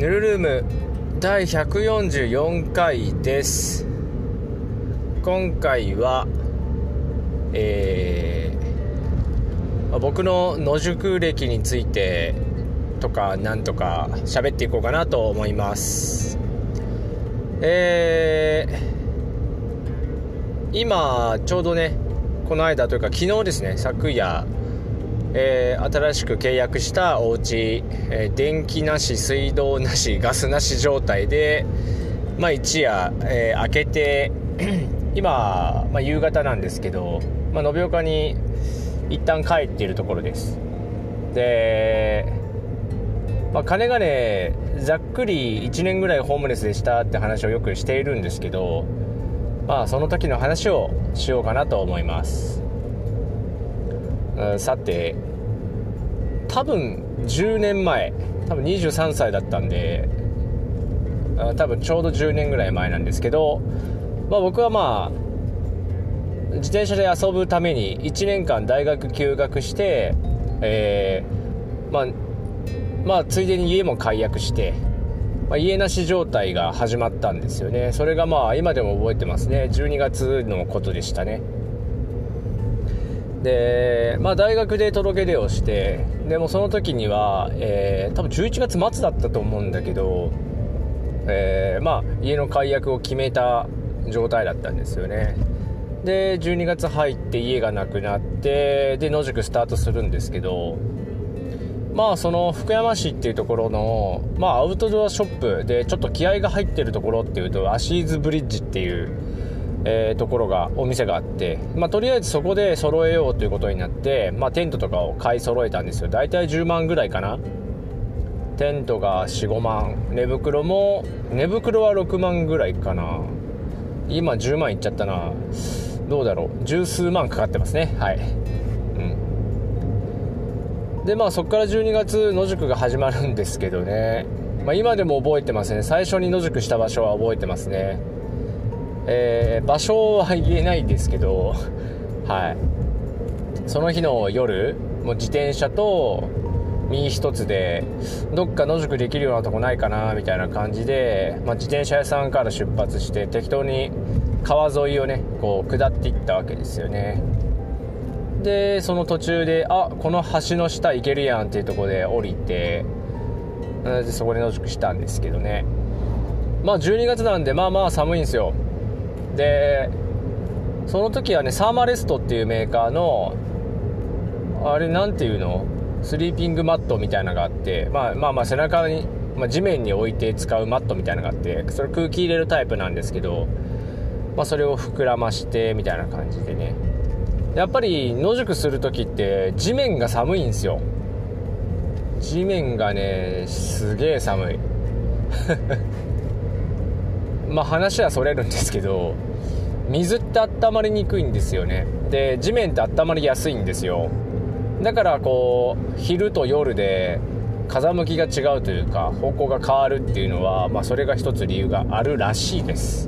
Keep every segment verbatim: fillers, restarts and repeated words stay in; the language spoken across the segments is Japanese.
ヌルルームだいひゃくよんじゅうよんかいです。今回は、えー、僕の野宿歴についてとかなんとか喋っていこうかなと思います。えー、今ちょうどねこの間というか昨日ですね昨夜えー、新しく契約したお家、えー、電気なし水道なしガスなし状態で、まあ、一夜、えー、明けて今、まあ、夕方なんですけど、まあ、延岡に一旦帰っているところです。で、まあ、かねがねざっくりいちねんぐらいホームレスでしたって話をよくしているんですけど、まあ、その時の話をしようかなと思います。さて多分じゅうねんまえ多分にじゅうさんさいだったんで多分ちょうどじゅうねんぐらい前なんですけど、まあ、僕はまあ自転車で遊ぶためにいちねんかん大学休学して、えーまあ、まあついでに家も解約して、まあ、家なし状態が始まったんですよね。それがまあ今でも覚えてますね。じゅうにがつのことでしたね。で、まあ、大学で届け出をしてでもその時には、えー、多分じゅういちがつ末だったと思うんだけど、えーまあ、家の解約を決めた状態だったんですよね。でじゅうにがつ入って家がなくなってで野宿スタートするんですけど、まあその福山市っていうところの、まあ、アウトドアショップでちょっと気合が入ってるところっていうとアシーズブリッジっていうえー、ところがお店があって、まあ、とりあえずそこで揃えようということになって、まあ、テントとかを買い揃えたんですよ。だいたいじゅうまんぐらいかな。テントが よん,ご 万、寝袋も寝袋はろくまんぐらいかな。今じゅうまんいっちゃったな。どうだろう、十数万かかってますね。はい、うん、でまあそこからじゅうにがつ野宿が始まるんですけどね、まあ、今でも覚えてますね。最初に野宿した場所は覚えてますね。えー、場所は言えないんですけど、はい、その日の夜もう自転車と身一つでどっか野宿できるようなとこないかなみたいな感じで、まあ、自転車屋さんから出発して適当に川沿いをねこう下っていったわけですよね。でその途中であこの橋の下行けるやんっていうところで降りてでそこで野宿したんですけどね。まあじゅうにがつなんでまあまあ寒いんですよ。でその時はねサーマレストっていうメーカーのあれなんていうのスリーピングマットみたいなのがあって、まあまあまあ背中に、まあ、地面に置いて使うマットみたいなのがあって、それ空気入れるタイプなんですけど、まあ、それを膨らましてみたいな感じでね。やっぱり野宿する時って地面が寒いんですよ。地面がねすげえ寒いまあ話はそれるんですけど、水って温まりにくいんですよね。で地面って温まりやすいんですよ。だからこう昼と夜で風向きが違うというか方向が変わるっていうのは、まあ、それが一つ理由があるらしいです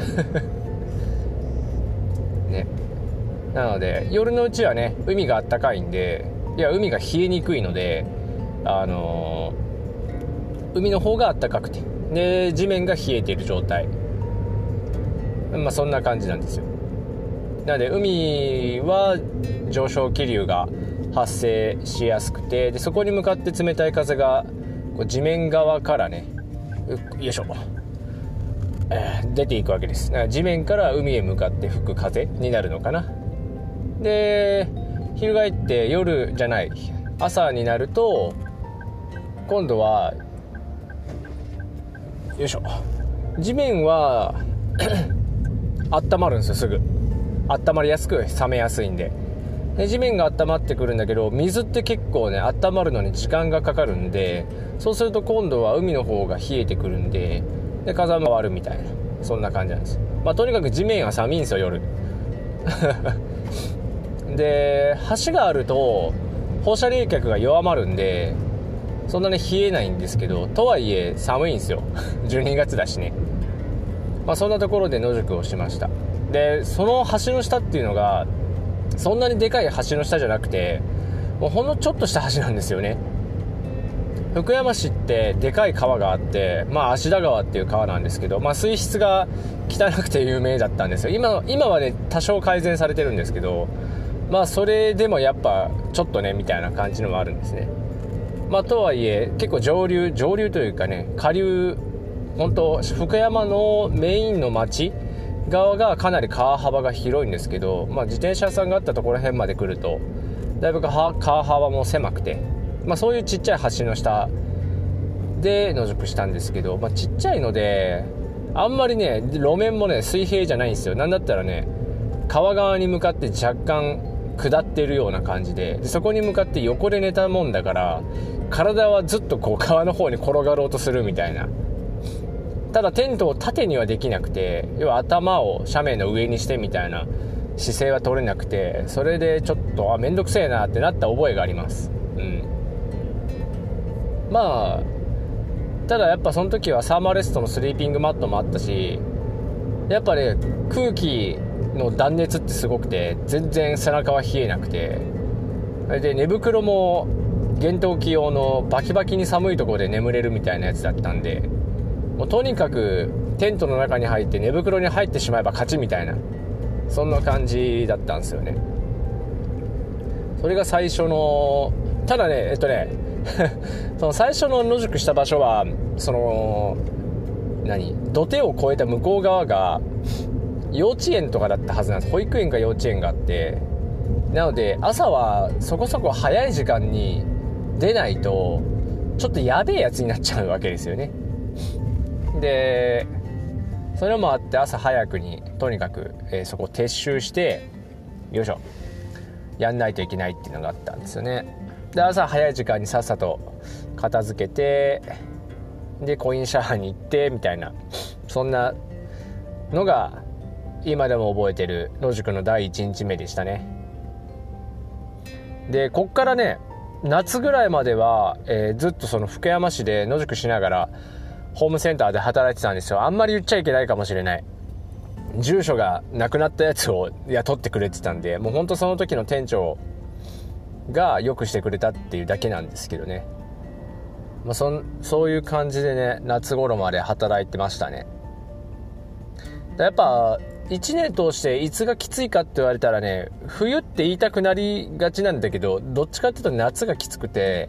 ね。なので夜のうちはね海があったかいんで、いや海が冷えにくいので、あのー、海の方があったかくてで地面が冷えている状態、まあそんな感じなんですよ。なので海は上昇気流が発生しやすくて、でそこに向かって冷たい風がこう地面側からねよいしょ、えー、出ていくわけです。だから地面から海へ向かって吹く風になるのかな。で翻って夜じゃない朝になると今度はよいしょ地面は温まるんですよ。すぐ温まりやすく冷めやすいんで。で地面が温まってくるんだけど水って結構ね温まるのに時間がかかるんで、そうすると今度は海の方が冷えてくるんで、で風も変わるみたいなそんな感じなんです。まあとにかく地面は寒いんですよ夜で橋があると放射冷却が弱まるんでそんなに冷えないんですけど、とはいえ寒いんですよじゅうにがつだしね。まあそんなところで野宿をしました。でその橋の下っていうのがそんなにでかい橋の下じゃなくてもうほんのちょっとした橋なんですよね。 福山市ってでかい川があって、まあ、芦田川っていう川なんですけど、まあ、水質が汚くて有名だったんですよ。 今, 今はね多少改善されてるんですけど、まあそれでもやっぱちょっとねみたいな感じのもあるんですね。まあとはいえ結構上流上流というかね下流、本当福山のメインの町側がかなり川幅が広いんですけど、まあ、自転車屋さんがあったところ辺まで来るとだいぶ川幅も狭くて、まあ、そういうちっちゃい橋の下で野宿したんですけど、まあ、ちっちゃいのであんまりね路面もね水平じゃないんですよ。なんだったらね川側に向かって若干下っているような感じ で, でそこに向かって横で寝たもんだから体はずっとこう川の方に転がろうとするみたいな。ただテントを縦にはできなくて、要は頭を斜面の上にしてみたいな姿勢は取れなくて、それでちょっとあめんどくせえなってなった覚えがあります。うん。まあただやっぱその時はサーマレストのスリーピングマットもあったし、やっぱね空気の断熱ってすごくて全然背中は冷えなくて、で寝袋も厳冬期用のバキバキに寒いところで眠れるみたいなやつだったんで、もうとにかくテントの中に入って寝袋に入ってしまえば勝ちみたいな、そんな感じだったんですよね。それが最初の、ただねえっとねその最初の野宿した場所はその何土手を越えた向こう側が幼稚園とかだったはずなんです。保育園か幼稚園があって、なので朝はそこそこ早い時間に出ないとちょっとやべえやつになっちゃうわけですよね。でそれもあって朝早くにとにかく、えー、そこを撤収してよいしょやんないといけないっていうのがあったんですよね。で朝早い時間にさっさと片付けて、でコインシャワーに行ってみたいな、そんなのが今でも覚えてる野宿の第一日目でしたね。でこっからね夏ぐらいまでは、えー、ずっとその福山市で野宿しながらホームセンターで働いてたんですよ。あんまり言っちゃいけないかもしれない。住所がなくなったやつを雇ってくれてたんで、もうほんとその時の店長がよくしてくれたっていうだけなんですけどね。まあ、そ, そういう感じでね夏頃まで働いてましたね。やっぱいちねん通していつがきついかって言われたらね、冬って言いたくなりがちなんだけど、どっちかっていうと夏がきつくて、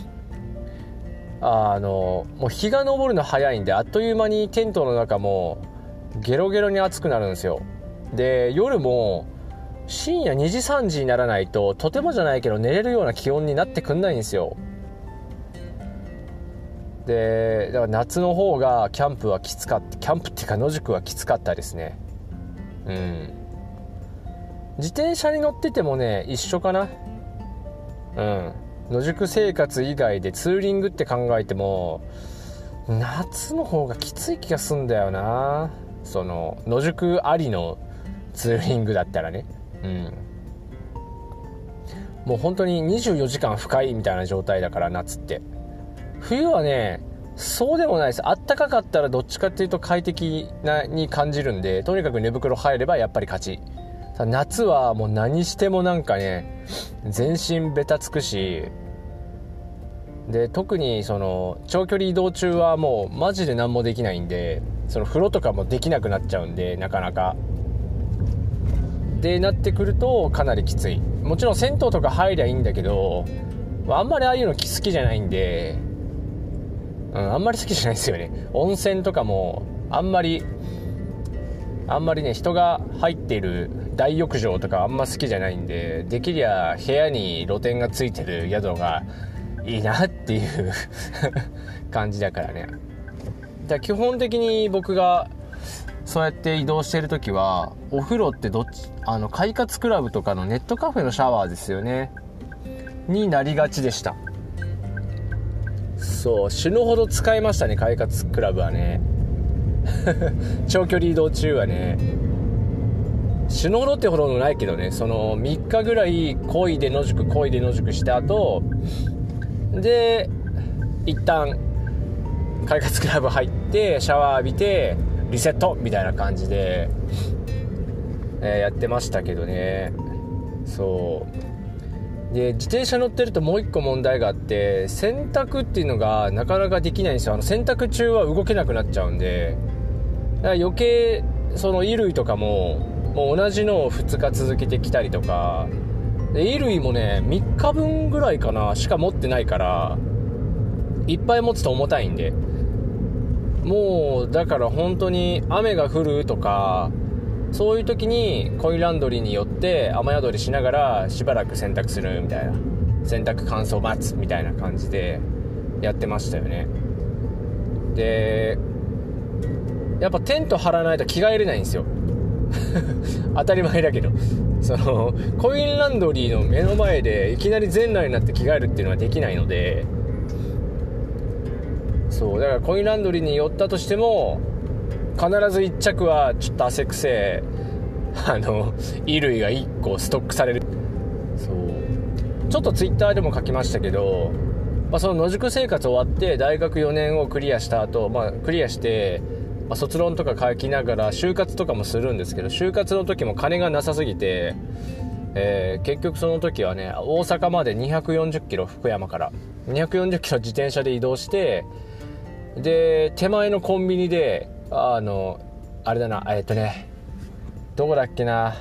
あのもう日が昇るの早いんであっという間にテントの中もゲロゲロに暑くなるんですよ。で夜も深夜にじさんじにならないととてもじゃないけど寝れるような気温になってくんないんですよ。でだから夏の方がキャンプはきつかったキャンプっていうか野宿はきつかったですね。うん、自転車に乗っててもね一緒かな。うん野宿生活以外でツーリングって考えても夏の方がきつい気がすんだよな。その野宿ありのツーリングだったらね。うんもう本当ににじゅうよじかん不快みたいな状態だから夏って。冬はねそうでもないです。あったかかったらどっちかっていうと快適なに感じるんで、とにかく寝袋入ればやっぱり勝ち。夏はもう何してもなんかね全身ベタつくし、で特にその長距離移動中はもうマジで何もできないんで、その風呂とかもできなくなっちゃうんでなかなかでなってくるとかなりきつい。もちろん銭湯とか入りゃいいんだけど、あんまりああいうの好きじゃないんで、うん、あんまり好きじゃないですよね。温泉とかもあんまりあんまりね人が入っている大浴場とかあんま好きじゃないんで、できりゃ部屋に露天がついてる宿がいいなっていう感じだからね。だから基本的に僕がそうやって移動してるときはお風呂ってどっちあの快活クラブとかのネットカフェのシャワーですよねになりがちでした。そう死ぬほど使いましたね快活クラブはね長距離移動中はね死ぬほどってほどもないけどね、そのみっかぐらい漕いで野宿漕いで野宿した後で一旦快活クラブ入ってシャワー浴びてリセットみたいな感じで、えー、やってましたけどね。そうで自転車乗ってるともう一個問題があって、洗濯っていうのがなかなかできないんですよ。あの洗濯中は動けなくなっちゃうんで、だから余計その衣類とかももう同じのをふつか続けてきたりとかで、衣類もねみっかぶんぐらいかなしか持ってないから、いっぱい持つと重たいんで、もうだから本当に雨が降るとかそういう時にコインランドリーに寄って雨宿りしながらしばらく洗濯するみたいな、洗濯乾燥待つみたいな感じでやってましたよね。でやっぱテント張らないと着替えれないんですよ当たり前だけど、そのコインランドリーの目の前でいきなり全裸になって着替えるっていうのはできないので、そうだからコインランドリーに寄ったとしても必ずいっ着はちょっと汗くせえあの衣類がいっこストックされる。そうちょっとツイッターでも書きましたけど、まあ、その野宿生活終わって大学よねんをクリアした後、まあ、クリアして、まあ、卒論とか書きながら就活とかもするんですけど、就活の時も金がなさすぎて、えー、結局その時はね大阪までにひゃくよんじゅっキロ、福山からにひゃくよんじゅっキロ自転車で移動して、で手前のコンビニであのあれだなえっとねどこだっけな、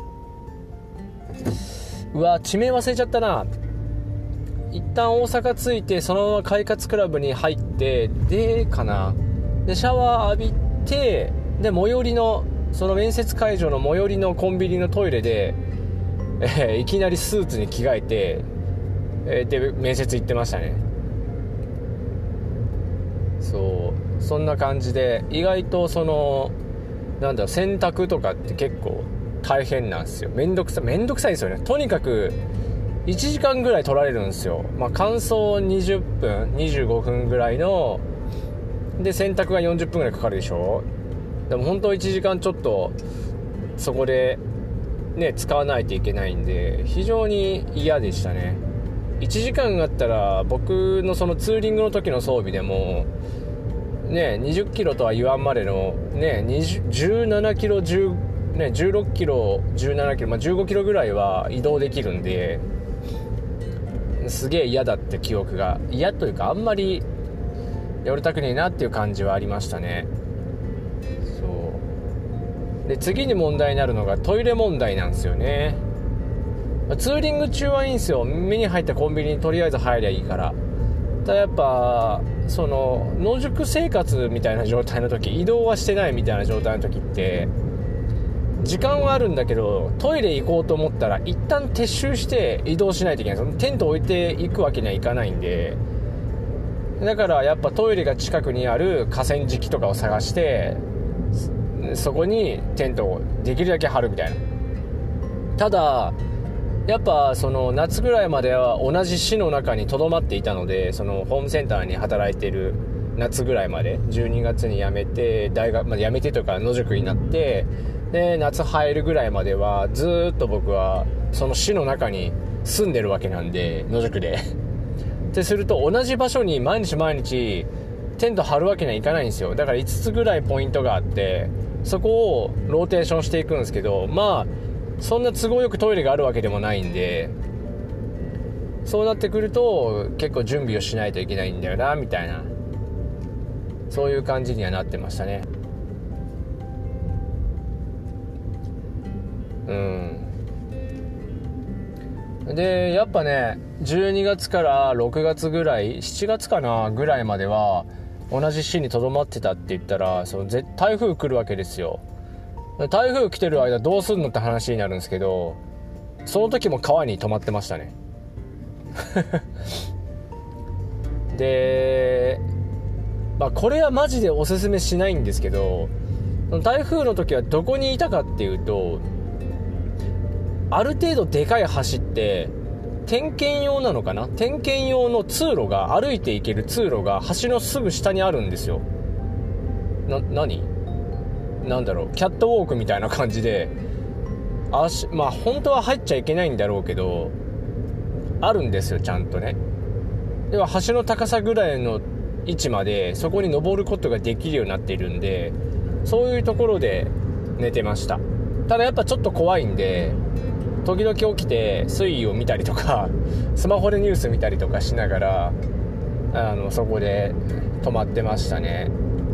うわ地名忘れちゃったな。一旦大阪着いてそのまま快活クラブに入ってでかなでシャワー浴びて、で最寄りのその面接会場の最寄りのコンビニのトイレで、えー、いきなりスーツに着替えて、えー、で面接行ってましたね。そうそんな感じで、意外とそのなんだろう洗濯とかって結構大変なんですよ。めんどくさめんどくさいですよね。とにかくいちじかんぐらい取られるんですよ。まあ乾燥にじゅっぷんにじゅうごふんぐらいので洗濯がよんじゅっぷんぐらいかかるでしょ。でも本当いちじかんちょっとそこでね使わないといけないんで非常に嫌でしたね。いちじかんあったら僕のそのツーリングの時の装備でもねにじゅっキロとは言わんまでのねじゅうななキロ10、ね、じゅうろっキロじゅうななキロ、まあ、じゅうごキロぐらいは移動できるんで、すげえ嫌だって記憶が、嫌というかあんまりやりたくねえなっていう感じはありましたね。そうで次に問題になるのがトイレ問題なんですよね。ツーリング中はいいんですよ。目に入ったコンビニにとりあえず入りゃいいから。ただやっぱその野宿生活みたいな状態の時、移動はしてないみたいな状態の時って時間はあるんだけど、トイレ行こうと思ったら一旦撤収して移動しないといけない。そのテント置いていくわけにはいかないんで、だからやっぱトイレが近くにある河川敷とかを探してそこにテントをできるだけ張るみたいな。ただやっぱその夏ぐらいまでは同じ市の中に留まっていたので、そのホームセンターに働いている夏ぐらいまでじゅうにがつに辞めて大学、まあ、辞めてというか野宿になってで夏入るぐらいまではずっと僕はその市の中に住んでるわけなんで、野宿でってすると同じ場所に毎日毎日テント張るわけにはいかないんですよ。だからいつつぐらいポイントがあってそこをローテーションしていくんですけど、まあそんな都合よくトイレがあるわけでもないんで、そうなってくると結構準備をしないといけないんだよなみたいな、そういう感じにはなってましたね。うんでやっぱねじゅうにがつからろくがつぐらいしちがつかなぐらいまでは同じ市にとどまってたって言ったら、その台風来るわけですよ。台風来てる間どうすんのって話になるんですけど、その時も川に止まってましたねで、まあ、これはマジでおすすめしないんですけど、台風の時はどこにいたかっていうと、ある程度でかい橋って点検用なのかな、点検用の通路が、歩いて行ける通路が橋のすぐ下にあるんですよ。な、何なんだろう、キャットウォークみたいな感じで、足、まあ本当は入っちゃいけないんだろうけどあるんですよちゃんとね。では橋の高さぐらいの位置までそこに登ることができるようになっているんで、そういうところで寝てました。ただやっぱちょっと怖いんで、 時々起きて水位を見たりとかスマホでニュース見たりとかしながらあのそこで泊まってましたね。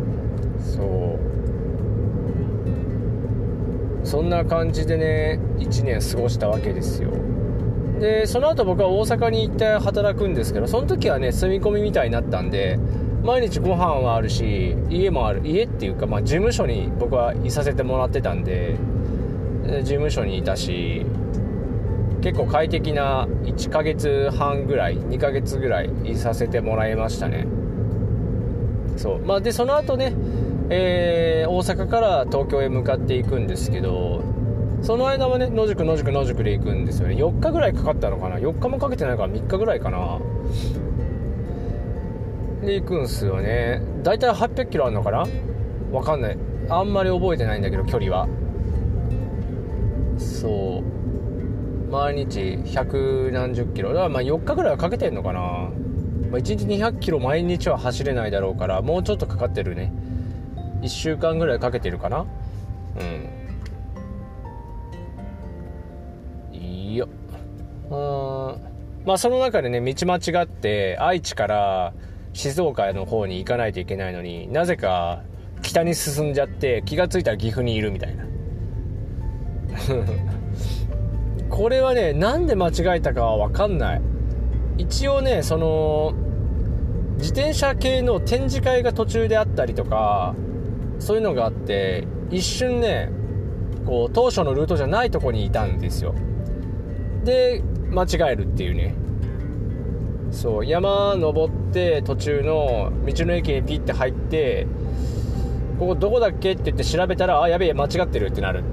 そうそんな感じでねいちねん過ごしたわけですよ。でその後僕は大阪に行って働くんですけど、その時はね住み込みみたいになったんで毎日ご飯はあるし家もある、家っていうか、まあ、事務所に僕はいさせてもらってたんで事務所にいたし結構快適ないっかげつはんぐらいにかげつぐらいいさせてもらいましたね。そうまあでその後ね、えー、大阪から東京へ向かっていくんですけど、その間はね野宿野宿野宿で行くんですよね。よっかぐらいかかったのかな、よっかもかけてないからみっかぐらいかなで行くんすよね。だいたいはっぴゃくキロあるのかな、わかんない、あんまり覚えてないんだけど距離は。そう毎日百何十キロだから、まあよっかぐらいはかけてんのかな、まあ、いちにちにひゃくキロ毎日は走れないだろうからもうちょっとかかってるね。いっしゅうかんぐらいかけてるかな。うんいいよ。うーんまあその中でね道間違って愛知から静岡の方に行かないといけないのになぜか北に進んじゃって気がついたら岐阜にいるみたいなこれはねなんで間違えたかは分かんない。一応ねその自転車系の展示会が途中であったりとかそういうのがあって一瞬ねこう当初のルートじゃないとこにいたんですよ。で間違えるっていうね。そう山登って途中の道の駅にピッて入ってここどこだっけって言って調べたらあやべえ間違ってるってなる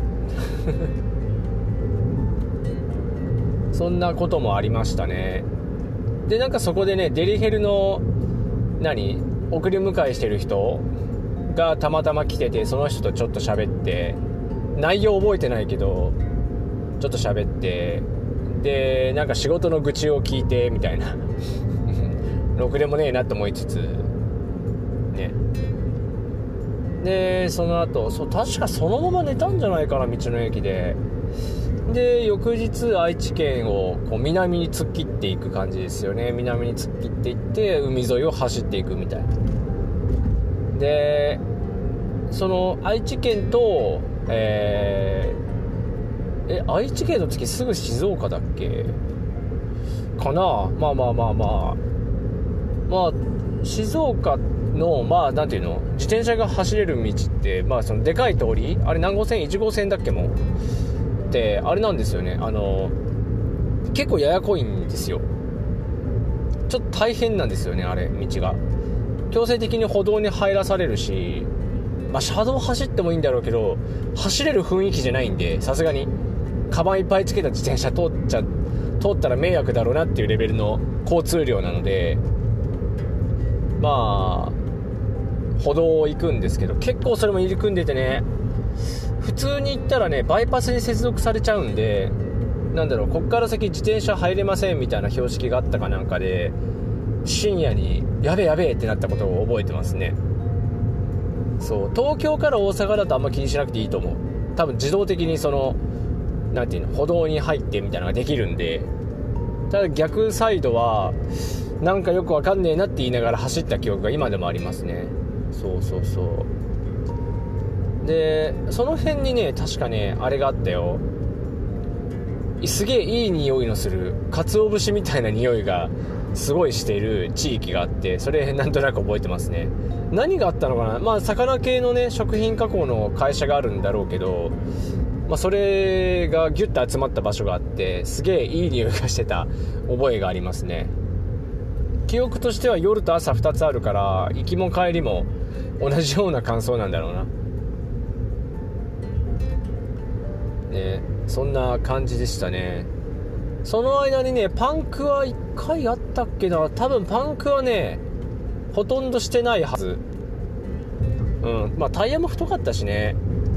そんなこともありましたね。でなんかそこでねデリヘルの何送り迎えしてる人がたまたま来ててその人とちょっと喋って内容覚えてないけどちょっと喋ってでなんか仕事の愚痴を聞いてみたいなろくでもねえなと思いつつね。でその後そう確かそのまま寝たんじゃないかな道の駅で。で翌日愛知県をこう南に突っ切っていく感じですよね。南に突っ切っていって海沿いを走っていくみたいな。でその愛知県とえー、え愛知県の次すぐ静岡だっけかな。まあまあまあまあまあ静岡のまあなんていうの自転車が走れる道ってまあそのでかい通りあれ何号線いち号線だっけもってあれなんですよね。あの結構ややこいんですよ。ちょっと大変なんですよねあれ道が。強制的に歩道に入らされるしまあ車道走ってもいいんだろうけど走れる雰囲気じゃないんでさすがにカバンいっぱいつけた自転車通っちゃ通ったら迷惑だろうなっていうレベルの交通量なのでまあ歩道を行くんですけど結構それも入り組んでてね普通に行ったらねバイパスに接続されちゃうんでなんだろうこっから先自転車入れませんみたいな標識があったかなんかで深夜にやべえやべえってなったことを覚えてますね。そう東京から大阪だとあんま気にしなくていいと思う。多分自動的にそのなんていうの歩道に入ってみたいなのができるんで。ただ逆サイドはなんかよくわかんねえなって言いながら走った記憶が今でもありますね。そうそうそうでその辺にね確かねあれがあったよ。すげえいい匂いのする鰹節みたいな匂いがすごいしている地域があってそれなんとなく覚えてますね。何があったのかな。まあ魚系のね食品加工の会社があるんだろうけどまあ、それがギュッと集まった場所があってすげえいい匂いがしてた覚えがありますね。記憶としては夜と朝ふたつあるから行きも帰りも同じような感想なんだろうなね。そんな感じでしたね。その間にねパンクはいっかいあったっけな。多分パンクはねほとんどしてないはず。うんまあタイヤも太かったしね。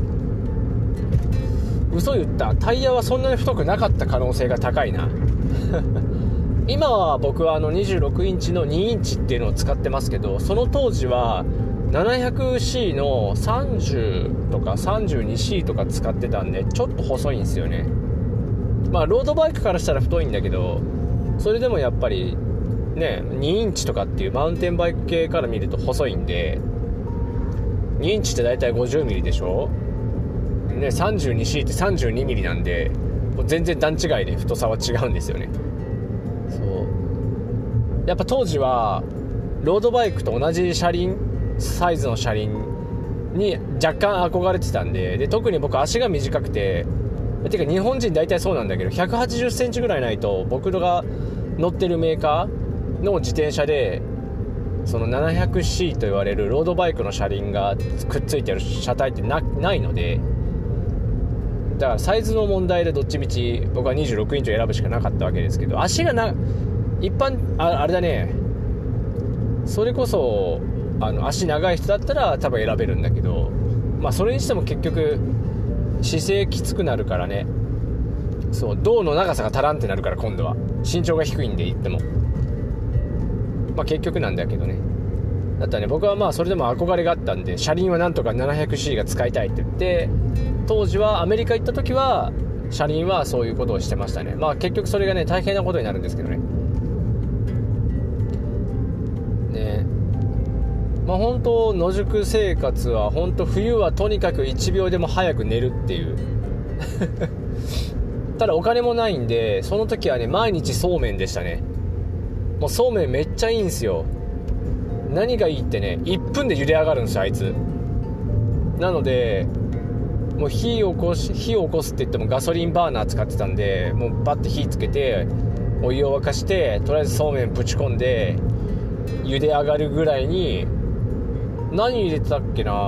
嘘言った。タイヤはそんなに太くなかった可能性が高いな今は僕はあの にじゅうろくインチのにインチっていうのを使ってますけどその当時は ななひゃくシー のさんじゅうとか さんじゅうにシー とか使ってたんでちょっと細いんですよね。 まあロードバイクからしたら太いんだけど、それでもやっぱりねにインチとかっていうマウンテンバイク系から見ると細いんで、にインチってだいたい ごじゅうミリ でしょ、ね、さんじゅうにシー って さんじゅうにミリ なんで、もう全然段違いで太さは違うんですよね。そうやっぱ当時はロードバイクと同じ車輪サイズの車輪に若干憧れてたんで、で特に僕足が短くて、てか日本人大体そうなんだけどひゃくはちじゅっセンチぐらいないと僕が乗ってるメーカーの自転車でその ななひゃくシー と言われるロードバイクの車輪がくっついてる車体って な, ないので、だからサイズの問題でどっちみち僕はにじゅうろくインチを選ぶしかなかったわけですけど、足がな一般 あ, あれだねそれこそあの足長い人だったら多分選べるんだけど、まあそれにしても結局姿勢きつくなるからね、そう胴の長さが足らんってなるから、今度は身長が低いんで言ってもまあ結局なんだけどね。だったらね僕はまあそれでも憧れがあったんで、車輪はなんとか ななひゃくシー が使いたいって言って、当時はアメリカ行った時は車輪はそういうことをしてましたね。まあ結局それがね大変なことになるんですけどね。ねまあ本当野宿生活は本当冬はとにかくいちびょうでも早く寝るっていうただお金もないんで、その時はね毎日そうめんでしたね。もうそうめんめっちゃいいんすよ。何がいいってねいっぷんで茹で上がるんですよあいつ。なのでもう火を起こし火を起こすって言ってもガソリンバーナー使ってたんで、もうバッて火つけてお湯を沸かしてとりあえずそうめんぶち込んで茹で上がるぐらいに、何入れてたっけな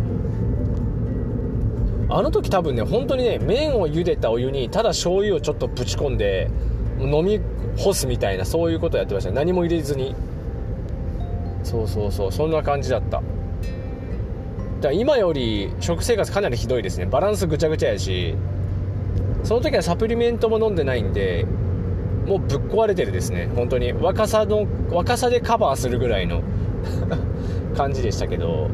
あの時多分ね本当にね麺を茹でたお湯にただ醤油をちょっとぶち込んで飲み干すみたいな、そういうことやってました。何も入れずに。そうそうそうそんな感じだった。だから今より食生活かなりひどいですね。バランスぐちゃぐちゃやし、その時はサプリメントも飲んでないんでもうぶっ壊れてるですね。本当に若さの若さでカバーするぐらいの感じでしたけど、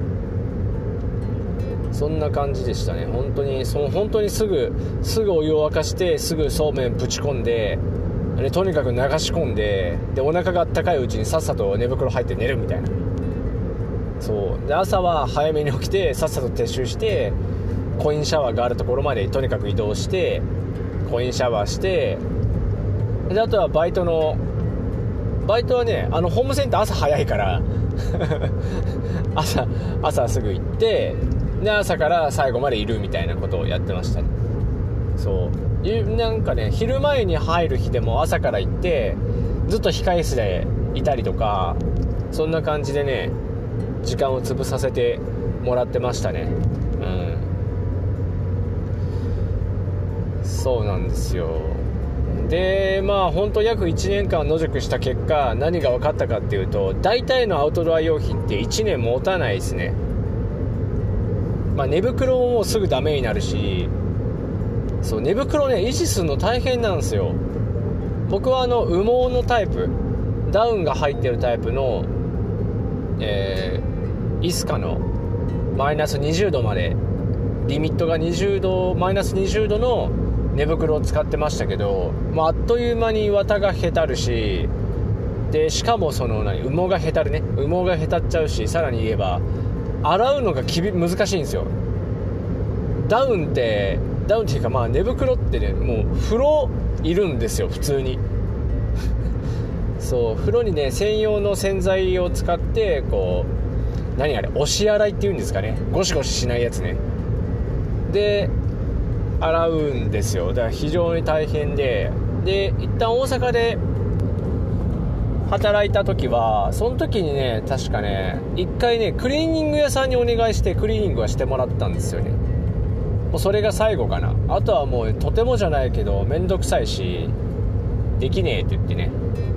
そんな感じでしたね。本当にその本当にすぐすぐお湯を沸かしてすぐそうめんぶち込んで、ね、とにかく流し込んで、でお腹があったかいうちにさっさと寝袋入って寝るみたいな。そうで朝は早めに起きてさっさと撤収してコインシャワーがあるところまでとにかく移動してコインシャワーして、であとはバイトのバイトはねあのホームセンター朝早いから朝朝すぐ行ってで朝から最後までいるみたいなことをやってましたね。そうなんかね昼前に入る日でも朝から行ってずっと控え室でいたりとか、そんな感じでね時間を潰させてもらってましたね。うんそうなんですよ。でまあ本当約いちねんかん野宿した結果何が分かったかっていうと、大体のアウトドア用品っていちねん持たないですね。まあ寝袋ももうすぐダメになるし、そう寝袋ね維持するの大変なんですよ。僕はあの羽毛のタイプダウンが入ってるタイプの、えー、イスカのマイナスにじゅうどまでリミットがにじゅうどマイナスにじゅうどの寝袋を使ってましたけど、まあ、あっという間に綿がへたるし、でしかもその何羽毛がへたるね羽毛がへたっちゃうし、さらに言えば洗うのがきび難しいんですよ。ダウンってダウンっていうかまあ寝袋ってねもう風呂いるんですよ普通にそう風呂にね専用の洗剤を使ってこう何あれ押し洗いっていうんですかね、ゴシゴシしないやつねで洗うんですよ。だから非常に大変で、で一旦大阪で働いた時はその時にね確かね一回ねクリーニング屋さんにお願いしてクリーニングはしてもらったんですよね。もうそれが最後かな。あとはもうとてもじゃないけどめんどくさいしできねえって言ってね。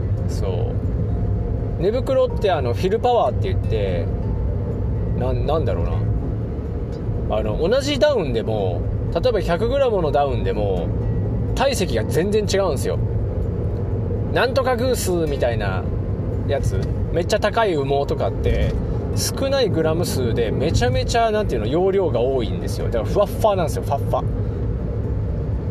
そう寝袋ってあのフィルパワーって言ってな、なんだろうなあの同じダウンでも例えば ひゃくグラム のダウンでも体積が全然違うんですよ。なんとかグースみたいなやつめっちゃ高い羽毛とかって少ないグラム数でめちゃめちゃなんていうの容量が多いんですよ。だからふわっふわなんですよ。ふわっふわ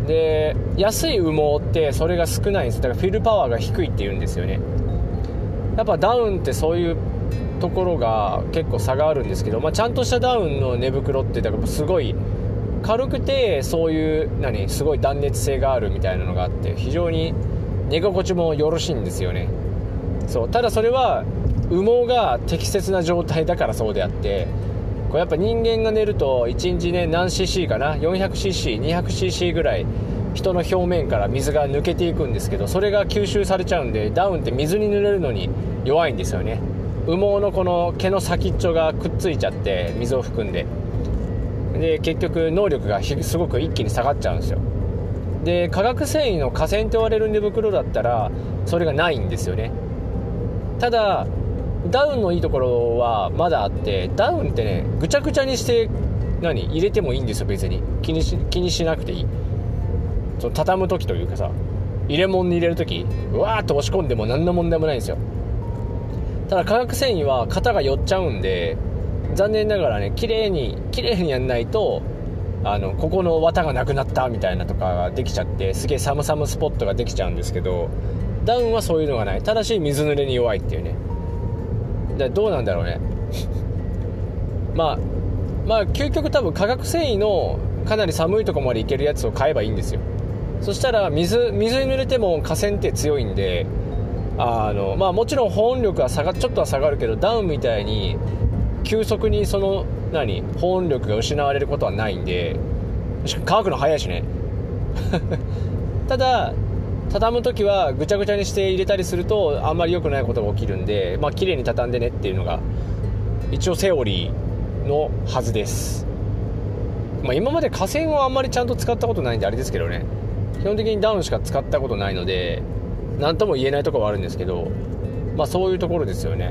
で安い羽毛ってそれが少ないんです。だからフィルパワーが低いっていうんですよね。やっぱダウンってそういうところが結構差があるんですけど、まあ、ちゃんとしたダウンの寝袋ってだからすごい軽くて、そういう何すごい断熱性があるみたいなのがあって、非常に寝心地もよろしいんですよね。そうただそれは羽毛が適切な状態だからそうであって、これやっぱ人間が寝るといちにちね何 シーシー かな よんひゃくシーシー、にひゃくシーシー ぐらい人の表面から水が抜けていくんですけど、それが吸収されちゃうんで、ダウンって水に濡れるのに弱いんですよね。羽毛のこの毛の先っちょがくっついちゃって水を含んで、で結局能力がすごく一気に下がっちゃうんですよ。で化学繊維の化繊と言われる寝袋だったらそれがないんですよね。ただダウンのいいところはまだあって、ダウンってねぐちゃぐちゃにして何入れてもいいんですよ。別に気にし、気にしなくていい。その畳む時というかさ、入れ物に入れる時うわーっと押し込んでも何の問題もないんですよ。ただ化学繊維は型が寄っちゃうんで、残念ながらね綺麗に綺麗にやんないと、あのここの綿がなくなったみたいなとかができちゃって、すげえ寒々スポットができちゃうんですけど、ダウンはそういうのがない。ただし水濡れに弱いっていうね。でどうなんだろうねまあまあ究極多分化学繊維のかなり寒いところまでいけるやつを買えばいいんですよ。そしたら水水に濡れても化繊って強いんで、あのまあもちろん保温力は下がちょっとは下がるけど、ダウンみたいに急速にその何保温力が失われることはないんで、しかも乾くの早いしねただ畳む時はぐちゃぐちゃにして入れたりするとあんまり良くないことが起きるんで、まあ綺麗に畳んでねっていうのが一応セオリーのはずです。まあ今まで化繊をあんまりちゃんと使ったことないんであれですけどね、基本的にダウンしか使ったことないので何とも言えないところはあるんですけど、まあそういうところですよね。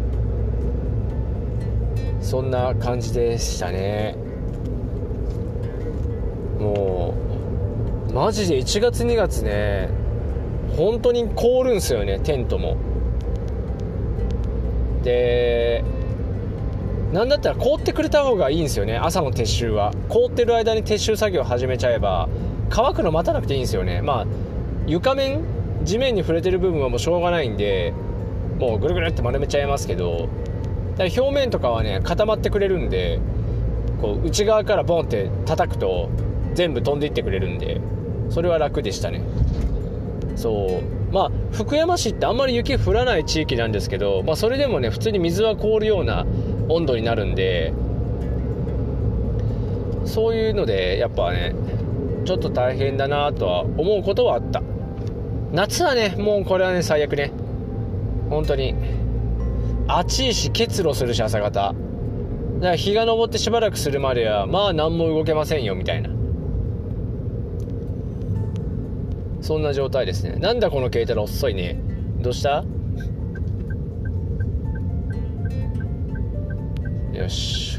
そんな感じでしたね。もうマジでいちがつにがつね本当に凍るんすよね、テントも。でなんだったら凍ってくれた方がいいんですよね。朝の撤収は凍ってる間に撤収作業を始めちゃえば乾くの待たなくていいんですよね。まあ床面地面に触れてる部分はもうしょうがないんで、もうぐるぐるって丸めちゃいますけど、だから表面とかはね固まってくれるんで、こう内側からボンって叩くと全部飛んでいってくれるんで、それは楽でしたね。そうまあ福山市ってあんまり雪降らない地域なんですけど、まあそれでもね普通に水は凍るような温度になるんで、そういうのでやっぱねちょっと大変だなとは思うことはあった。夏はねもうこれはね最悪ね、本当に暑いし結露するし朝方だから日が昇ってしばらくするまではまあ何も動けませんよみたいな、そんな状態ですね。なんだこの軽トラ遅いね。どうした？よし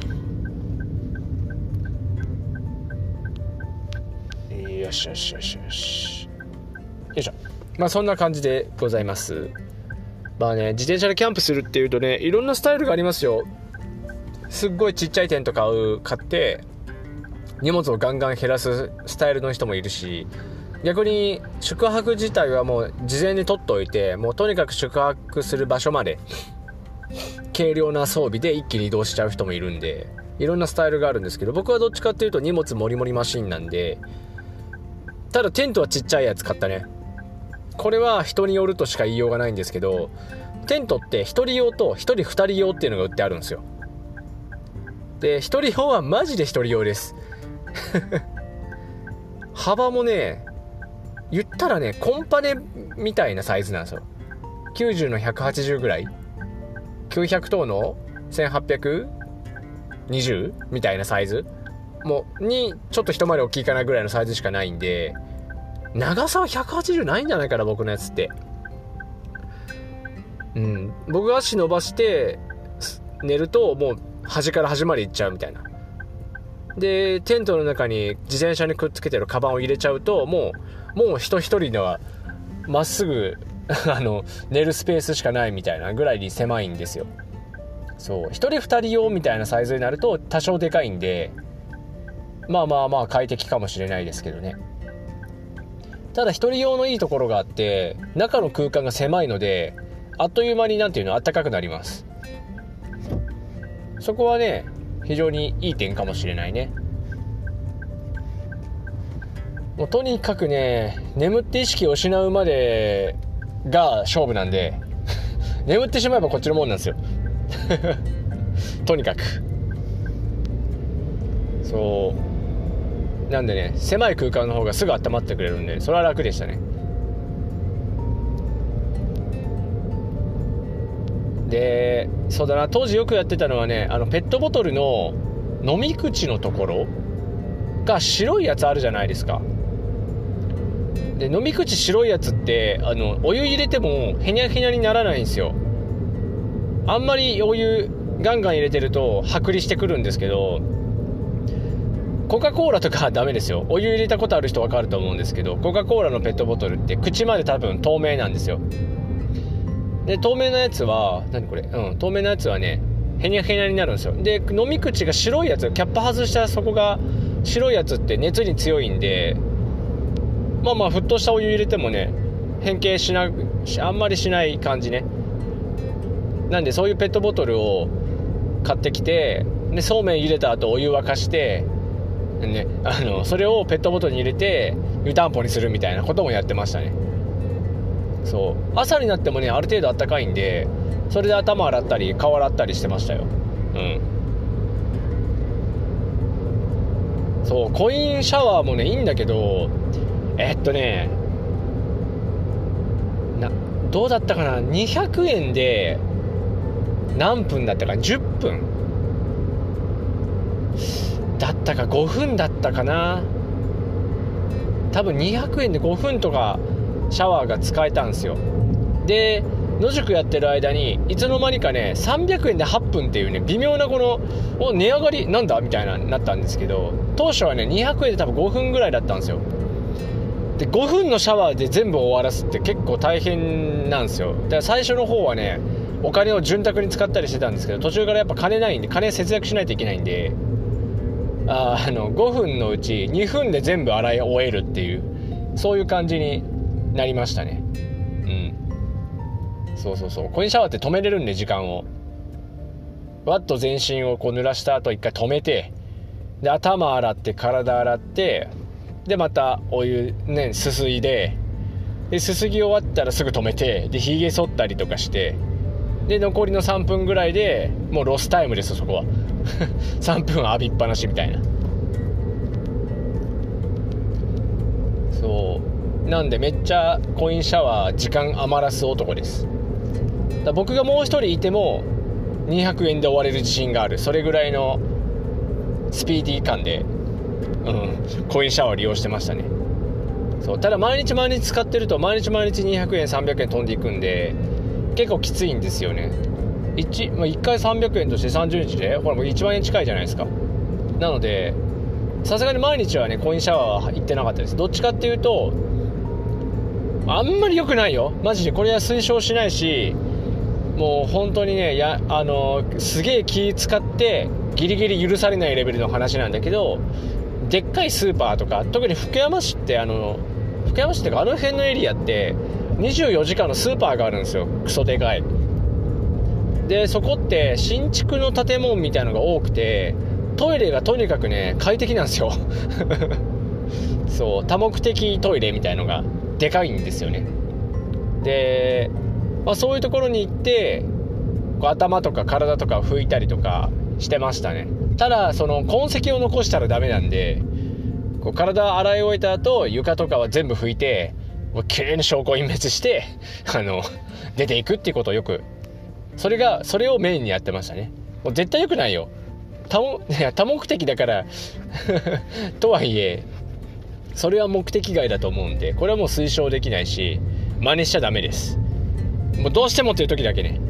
よしよしよしよしよいしょ。まあそんな感じでございます。まあね自転車でキャンプするっていうとねいろんなスタイルがありますよ。すっごいちっちゃいテント買う買って荷物をガンガン減らすスタイルの人もいるし、逆に宿泊自体はもう事前に取っておいて、もうとにかく宿泊する場所まで軽量な装備で一気に移動しちゃう人もいるんで、いろんなスタイルがあるんですけど、僕はどっちかっていうと荷物もりもりマシンなんで、ただテントはちっちゃいやつ買ったね。これは人によるとしか言いようがないんですけど、テントってひとり用とひとりふたり用っていうのが売ってあるんですよ。でひとり用はマジでひとり用です幅もね言ったらねコンパネみたいなサイズなんですよ。きゅうじゅうのひゃくはちじゅうぐらい、きゅうひゃく等のせんはっぴゃくにじゅうみたいなサイズもうにちょっと一回り大きいかなぐらいのサイズしかないんで、長さはひゃくはちじゅうないんじゃないかな僕のやつって。うん僕が足伸ばして寝るともう端から端まで行っちゃうみたいな。でテントの中に自転車にくっつけてるカバンを入れちゃうともうもう人一人ではまっすぐあの寝るスペースしかないみたいなぐらいに狭いんですよ。そう一人二人用みたいなサイズになると多少でかいんで、まあまあまあ快適かもしれないですけどね。 ただ一人用のいいところがあって、中の空間が狭いのであっという間になんていうの暖かくなります。そこはね非常にいい点かもしれないね。もうとにかくね眠って意識を失うまでが勝負なんで眠ってしまえばこっちのもんなんですよとにかくそうなんでね、狭い空間の方がすぐ温まってくれるんでそれは楽でしたね。でそうだな、当時よくやってたのはね、あのペットボトルの飲み口のところが白いやつあるじゃないですか。で飲み口白いやつってあのお湯入れてもへにゃへにゃにならないんですよ。あんまりお湯ガンガン入れてると剥離してくるんですけど、コカ・コーラとかはダメですよ。お湯入れたことある人分かると思うんですけど、コカ・コーラのペットボトルって口まで多分透明なんですよ。で透明なやつは何これ、うん透明なやつはねへにゃへにゃになるんですよ。で飲み口が白いやつ、キャップ外したそこが白いやつって熱に強いんで、まあまあ沸騰したお湯入れてもね変形しなあんまりしない感じね。なんでそういうペットボトルを買ってきて、でそうめん入れた後お湯沸かしてね、あのそれをペットボトルに入れて湯たんぽにするみたいなこともやってましたね。そう朝になってもねある程度あったかいんで、それで頭洗ったり顔洗ったりしてましたよ。うんそうコインシャワーもねいいんだけど、えっとねなどうだったかな、にひゃくえんで何分だったか、じゅっぷんだったかごふんだったかな、多分にひゃくえんでごふんとかシャワーが使えたんですよ。で野宿やってる間にいつの間にかねさんびゃくえんではっぷんっていうね微妙なこのお値上がりなんだみたいななったんですけど、当初はねにひゃくえんで多分ごふんぐらいだったんですよ。でごふんのシャワーで全部終わらすって結構大変なんですよ。だから最初の方はねお金を潤沢に使ったりしてたんですけど、途中からやっぱ金ないんで金節約しないといけないんで、ああのごふんのうちにふんで全部洗い終えるっていうそういう感じになりましたね。うんそうそうそうコインシャワーって止めれるんで時間をわっと全身をこう濡らした後一回止めて、で頭洗って体洗って、でまたお湯ねすすいで、ですすぎ終わったらすぐ止めて、でひげ剃ったりとかして、で残りのさんぷんぐらいでもうロスタイムですよそこはさんぷん浴びっぱなしみたいな。そうなんでめっちゃコインシャワー時間余らす男です。だ僕がもう一人いてもにひゃくえんで終われる自信がある、それぐらいのスピーディー感で、うん、コインシャワー利用してましたね。そうただ毎日毎日使ってると毎日毎日にひゃくえんさんびゃくえん飛んでいくんで結構きついんですよね。 1,、まあ、いっかいさんびゃくえんとしてさんじゅうにちでほらもういちまんえん近いじゃないですか。なのでさすがに毎日はねコインシャワーは行ってなかったです。どっちかっていうとあんまり良くないよマジで。これは推奨しないし、もう本当にねやあのすげえ気使ってギリギリ許されないレベルの話なんだけど、でっかいスーパーとか特に福山市ってあの福山市ってかあの辺のエリアってにじゅうよじかんのスーパーがあるんですよ。クソでかい。でそこって新築の建物みたいなのが多くてトイレがとにかくね快適なんですよそう多目的トイレみたいのがでかいんですよね。で、まあ、そういうところに行ってこう頭とか体とか拭いたりとかしてましたね。ただその痕跡を残したらダメなんで、こう体洗い終えた後床とかは全部拭いてもう綺麗に証拠隠滅してあの出ていくっていうことをよくそれがそれをメインにやってましたね。もう絶対良くないよ多もいや多目的だからとはいえそれは目的外だと思うんで、これはもう推奨できないし真似しちゃダメです。もうどうしてもっていう時だけね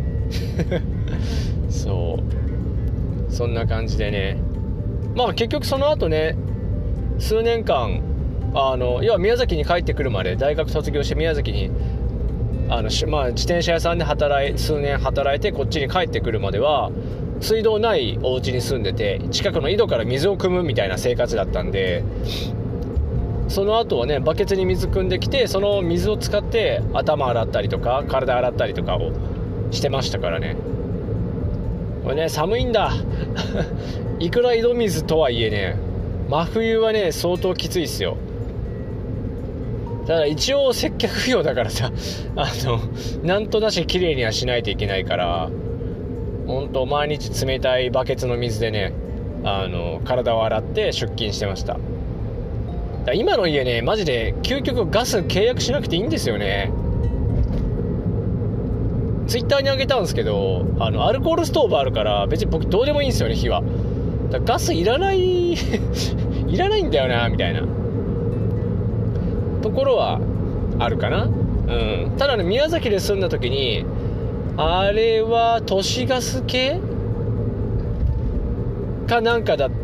そうそんな感じでね、まあ結局その後ね数年間あの要は宮崎に帰ってくるまで大学卒業して宮崎にあの、まあ、自転車屋さんで働い数年働いてこっちに帰ってくるまでは水道ないお家に住んでて近くの井戸から水を汲むみたいな生活だったんで、 その後はねバケツに水汲んできて、その水を使って頭洗ったりとか体洗ったりとかをしてましたからね。これね寒いんだいくら井戸水とはいえね、真冬はね相当きついっすよ。ただ一応接客業だからさ、あのなんとなし綺麗にはしないといけないから、ほんと毎日冷たいバケツの水でね、あの体を洗って出勤してました。だ今の家ねマジで究極ガス契約しなくていいんですよね。ツイッターにあげたんですけど、あのアルコールストーブあるから別に僕どうでもいいんですよね、火は。だガスいらないいらないんだよなみたいなところはあるかな。うん、ただね宮崎で住んだ時にあれは都市ガス系かなんかだって、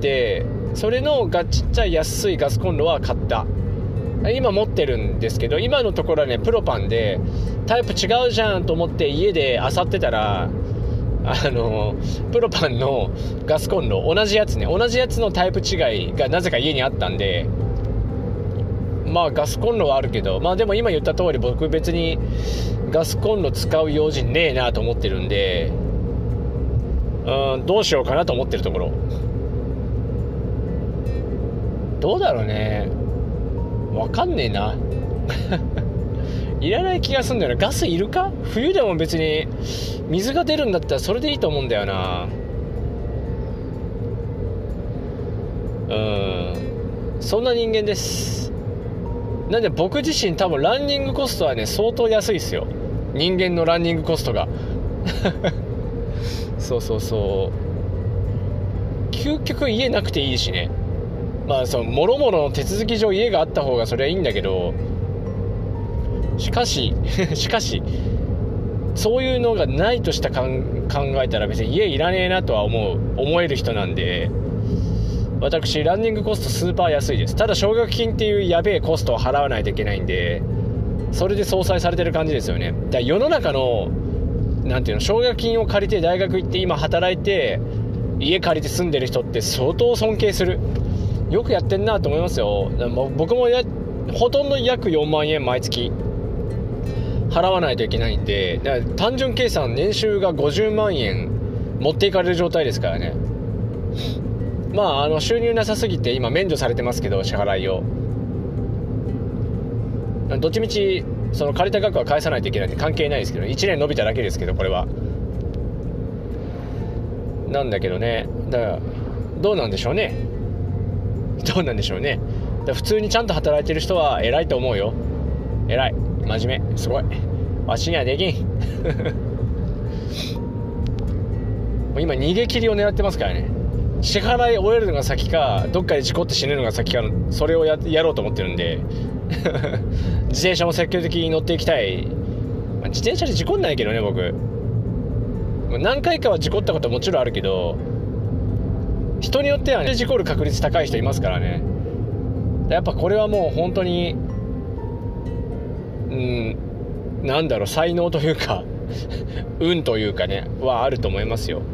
それのがちっちゃい安いガスコンロは買った。今持ってるんですけど、今のところはねプロパンでタイプ違うじゃんと思って家で漁ってたら、あのプロパンのガスコンロ同じやつね同じやつのタイプ違いがなぜか家にあったんで、まあガスコンロはあるけど、まあでも今言った通り僕別にガスコンロ使う用心ねえなと思ってるんで、うんどうしようかなと思ってるところ。どうだろうね、わかんねえないらない気がするんだよな。ガスいるか？冬でも別に水が出るんだったらそれでいいと思うんだよな。うんそんな人間です。なんで僕自身多分ランニングコストはね相当安いですよ、人間のランニングコストがそうそうそう、究極家なくていいしね。まあそのもろもろの手続き上家があった方がそれはいいんだけど、しかししかしそういうのがないとしたかん考えたら別に家いらねえなとは思う思える人なんで、私ランニングコストスーパー安いです。ただ奨学金っていうやべえコストを払わないといけないんで、それで相殺されてる感じですよね。だから世の中のなんていうの、奨学金を借りて大学行って今働いて家借りて住んでる人って相当尊敬する。よくやってんなと思いますよ。僕もやほとんど約よんまんえん毎月払わないといけないんで、だから単純計算年収がごじゅうまんえん持っていかれる状態ですからね。まああの収入なさすぎて今免除されてますけど、支払いをどっちみちその借りた額は返さないといけないんで関係ないですけど、いちねん伸びただけですけどこれはなんだけどね。だからどうなんでしょうねどうなんでしょうね。だから普通にちゃんと働いてる人は偉いと思うよ。偉い、真面目、すごい。わしにはできん今逃げ切りを狙ってますからね。支払い終えるのが先かどっかで事故って死ぬのが先かの、それを や, やろうと思ってるんで自転車も積極的に乗っていきたい。まあ、自転車で事故んないけどね僕。何回かは事故ったことはもちろんあるけど、人によってはね事故る確率高い人いますからね。やっぱこれはもう本当にうんなんだろう、才能というか運というかねはあると思いますよ。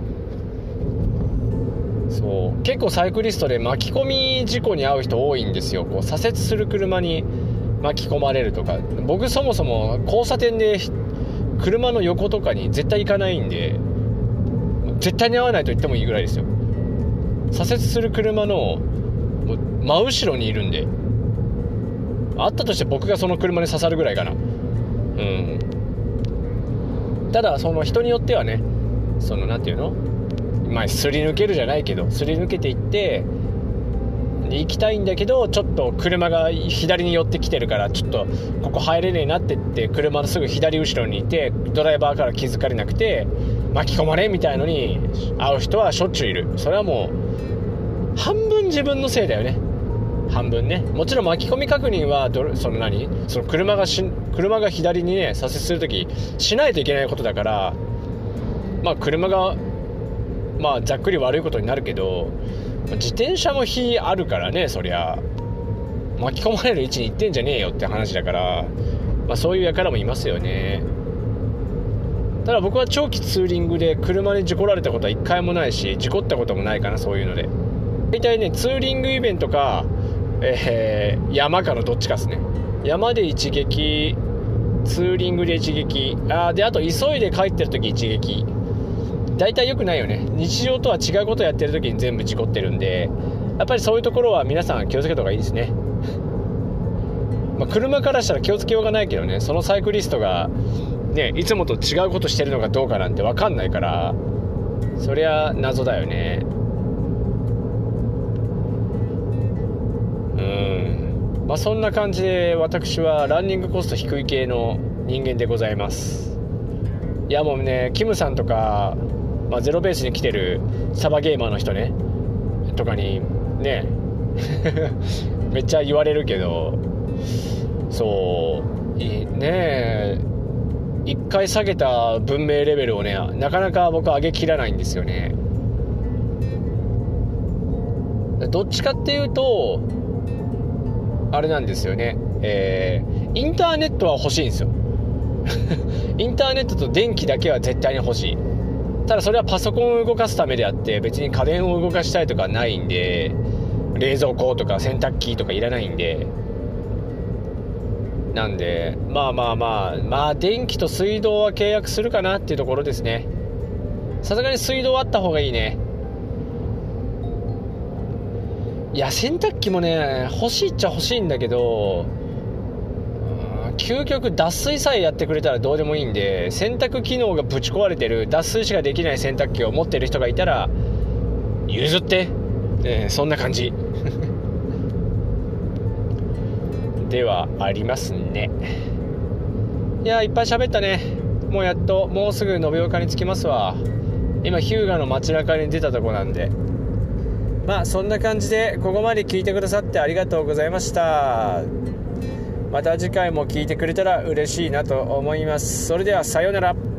そう結構サイクリストで巻き込み事故に遭う人多いんですよ。こう左折する車に巻き込まれるとか。僕そもそも交差点で車の横とかに絶対行かないんで、絶対に合わないと言ってもいいぐらいですよ。左折する車の真後ろにいるんで、あったとして僕がその車に刺さるぐらいかな。うんただその人によってはね、そのなんていうの、まあすり抜けるじゃないけどすり抜けていって行きたいんだけど、ちょっと車が左に寄ってきてるからちょっとここ入れねえなって言って車のすぐ左後ろにいてドライバーから気づかれなくて巻き込まれみたいのに会う人はしょっちゅういる。それはもう半分自分のせいだよね。半分ね。もちろん巻き込み確認はどその何その車がし車が左にね左折するときしないといけないことだから、まあ車がまあざっくり悪いことになるけど、自転車も火あるからね、そりゃ巻き込まれる位置に行ってんじゃねえよって話だから、まあ、そういう輩もいますよね。ただ僕は長期ツーリングで車に事故られたことは一回もないし、事故ったこともないかな。そういうので大体ねツーリングイベントかえー、山かのどっちかですね。山で一撃、ツーリングで一撃、あであと急いで帰ってる時一撃。大体良くないよね。日常とは違うことをやってる時に全部事故ってるんで、やっぱりそういうところは皆さん気をつけた方がいいですね。まあ、車からしたら気をつけようがないけどね、そのサイクリストがねいつもと違うことしてるのかどうかなんて分かんないから、そりゃ謎だよね。うんまあそんな感じで私はランニングコスト低い系の人間でございます。いやもうね、キムさんとか、まあ、ゼロベースに来てるサバゲーマーの人ねとかにねめっちゃ言われるけど、そういいね、一回下げた文明レベルをねなかなか僕上げきらないんですよね。どっちかっていうとあれなんですよね、えー、インターネットは欲しいんですよインターネットと電気だけは絶対に欲しい。ただそれはパソコンを動かすためであって別に家電を動かしたいとかないんで、冷蔵庫とか洗濯機とかいらないんで、なんでまあまあまあまあ電気と水道は契約するかなっていうところですね。さすがに水道あった方がいいね。いや洗濯機もね欲しいっちゃ欲しいんだけど、究極脱水さえやってくれたらどうでもいいんで、洗濯機能がぶち壊れてる脱水しかできない洗濯機を持ってる人がいたら譲って、えー、そんな感じではありますね。いやいっぱい喋ったね。もうやっともうすぐ延岡に着きますわ。今日向の街中に出たとこなんで、まあそんな感じでここまで聞いてくださってありがとうございました。また次回も聞いてくれたら嬉しいなと思います。それではさようなら。